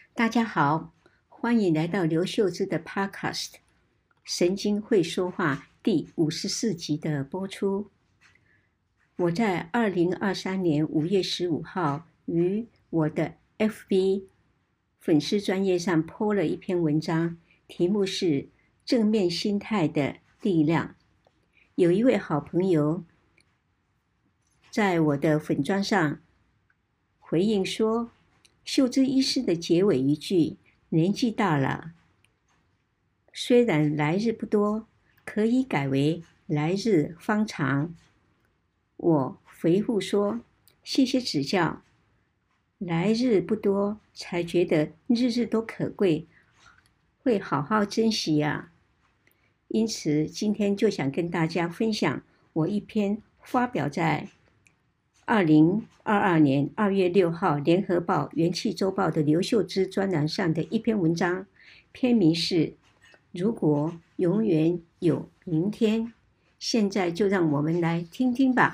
大家好，欢迎来到刘秀芝的 Podcast《神经会说话》第54集的播出。我在2023年5月15号于我的 FB 粉丝专页上 po 了一篇文章，题目是正面心态的力量。有一位好朋友在我的粉专上回应说，秀芝医师的结尾一句年纪大了，虽然来日不多，可以改为来日方长。我回复说，谢谢指教，来日不多才觉得日日都可贵，会好好珍惜呀。因此今天就想跟大家分享我一篇发表在2022年2月6号联合报元气周报的刘秀芝专栏上的一篇文章，篇名是如果永远有明天。现在就让我们来听听吧。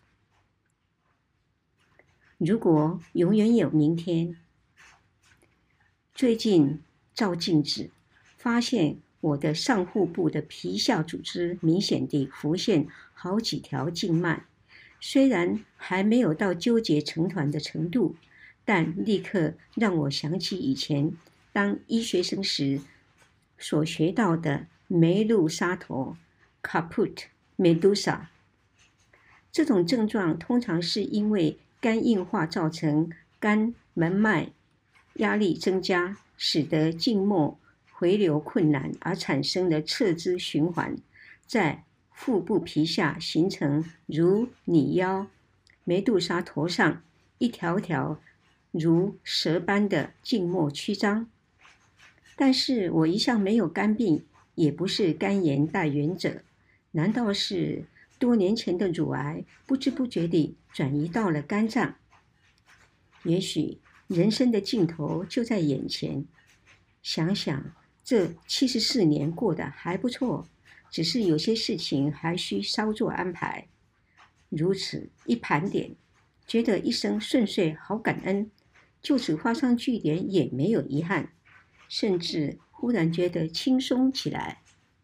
如果永远有明天。最近照镜子，发现我的上腹部的皮下组织明显地浮现好几条静脉，虽然还没有到纠结成团的程度，但立刻让我想起以前当医学生时所学到的梅杜莎头 Caput Medusa。 这种症状通常是因为肝硬化造成肝门脉压力增加，使得静脉回流困难而产生的侧支循环，在腹部皮下形成如拟腰梅杜莎头上一条条如蛇般的静脉曲张。但是我一向没有肝病，也不是肝炎带原者，难道是多年前的乳癌不知不觉地转移到了肝脏？也许人生的尽头就在眼前，想想这74年过得还不错，只是有些事情还需稍作安排。如此一盘点，觉得一生顺遂好感恩，就此画上句点也没有遗憾，甚至忽然觉得轻松起来。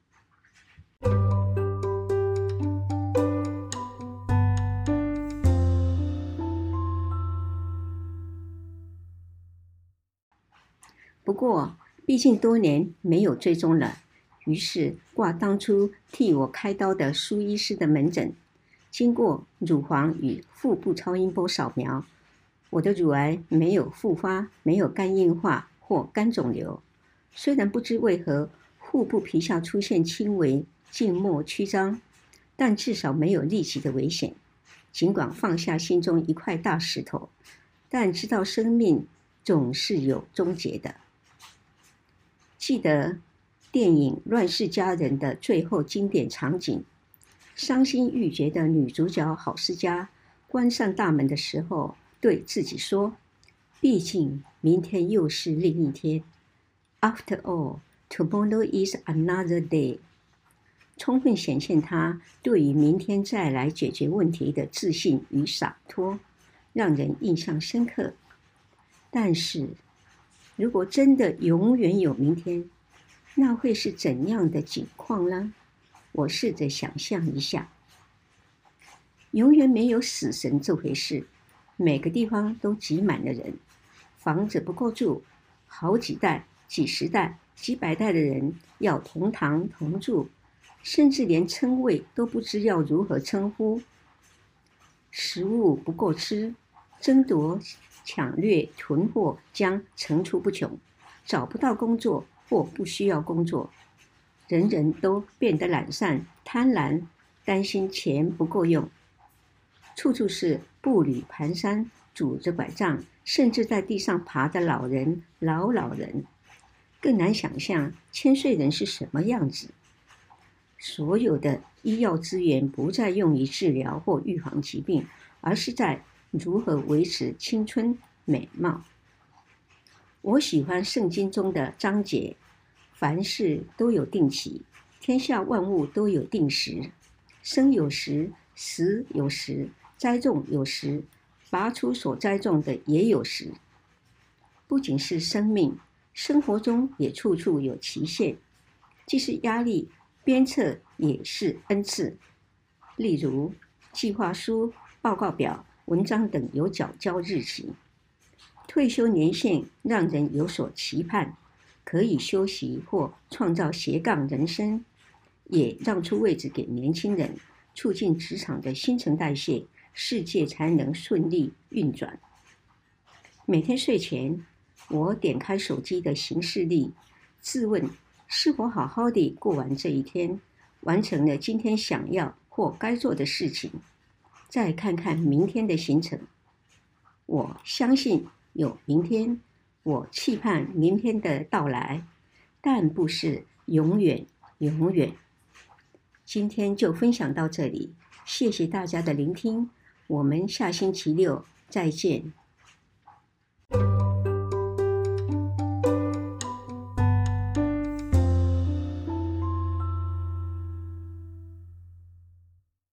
不过毕竟多年没有追踪了，于是挂当初替我开刀的苏医师的门诊，经过乳房与腹部超音波扫描，我的乳癌没有复发，没有肝硬化或肝肿瘤，虽然不知为何腹部皮下出现轻微静脉曲张，但至少没有立即的危险。尽管放下心中一块大石头，但知道生命总是有终结的。记得电影《乱世佳人》的最后经典场景，伤心欲绝的女主角郝思嘉关上大门的时候，对自己说，毕竟明天又是另一天。 After all, tomorrow is another day。 充分显现她对于明天再来解决问题的自信与洒脱，让人印象深刻。但是如果真的永远有明天，那会是怎样的景况呢？我试着想象一下。永远没有死神这回事，每个地方都挤满了人，房子不够住，好几代、几十代、几百代的人要同堂同住，甚至连称谓都不知要如何称呼。食物不够吃，争夺抢掠囤货将层出不穷，找不到工作或不需要工作，人人都变得懒散贪婪，担心钱不够用，处处是步履蹒跚，拄着拐杖，甚至在地上爬的老人。更难想象千岁人是什么样子。所有的医药资源不再用于治疗或预防疾病，而是在如何维持青春美貌。我喜欢圣经中的章节，凡事都有定期，天下万物都有定时，生有时，死有时，栽种有时，拔出所栽种的也有时。 不仅是生命，生活中也处处有期限，既是压力，鞭策也是恩赐。例如，计划书、报告表、文章等有缴交日期。退休年限让人有所期盼，可以休息或创造斜杠人生，也让出位置给年轻人，促进职场的新陈代谢，世界才能顺利运转。每天睡前，我点开手机的行事历，自问是否好好地过完这一天，完成了今天想要或该做的事情，再看看明天的行程。我相信有明天，我期盼明天的到来，但不是永远永远。今天就分享到这里，谢谢大家的聆听，我们下星期六再见。